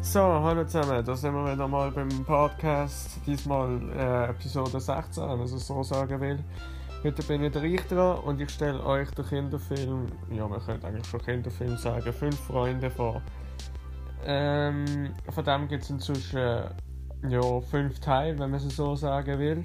So, hallo zusammen, da sind wir wieder mal beim Podcast, diesmal Episode 16, wenn man es so sagen will. Heute bin ich der Richter und ich stelle euch den Kinderfilm, ja man könnte eigentlich schon Kinderfilm sagen, 5 Freunde vor. Von dem gibt es inzwischen 5 Teile, wenn man es so sagen will.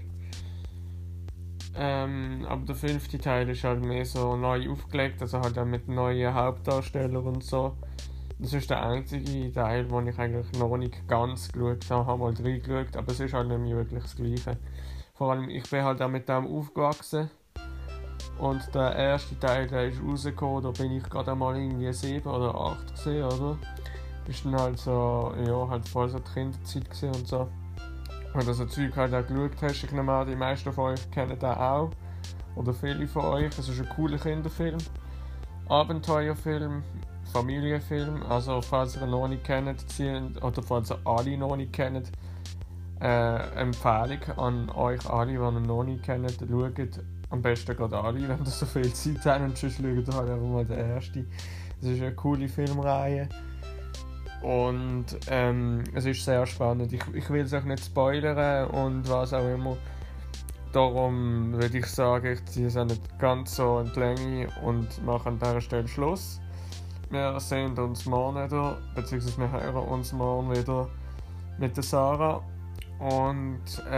Aber der 5. Teil ist halt mehr so neu aufgelegt, also halt auch mit neuen Hauptdarstellern und so. Das ist der einzige Teil, den ich eigentlich noch nicht ganz geschaut habe. Ich habe mal reingeschaut, aber es ist halt nicht mehr wirklich das Gleiche. Vor allem, ich bin halt auch mit dem aufgewachsen. Und der erste Teil, der ist rausgekommen, da bin ich gerade einmal irgendwie 7 oder 8 gesehen, oder? Ist dann halt so, ja, halt voll so die Kinderzeit gewesen und so. Wenn du so Zeug halt auch geschaut hast, ich nehme an, die meisten von euch kennen den auch. Oder viele von euch. Es ist ein cooler Kinderfilm. Abenteuerfilm. Familienfilm, also falls ihr ihn noch nicht kennt, oder falls ihr alle noch nicht kennt, Empfehlung an euch alle, die ihn noch nicht kennt, schaut am besten gerade alle, wenn ihr so viel Zeit habt, und sonst schaut halt einfach mal den ersten. Es ist eine coole Filmreihe und es ist sehr spannend. Ich will es auch nicht spoilern und was auch immer. Darum würde ich sagen, ich ziehe es auch nicht ganz so in die Länge und mache an dieser Stelle Schluss. Wir sehen uns morgen wieder, beziehungsweise wir hören uns morgen wieder mit der Sarah. Und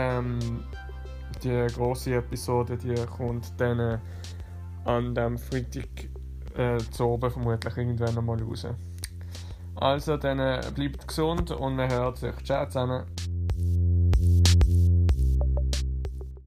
die grosse Episode, die kommt dann an dem Freitag zu oben vermutlich irgendwann einmal raus. Also dann bleibt gesund und wir hören sich. Ciao zusammen.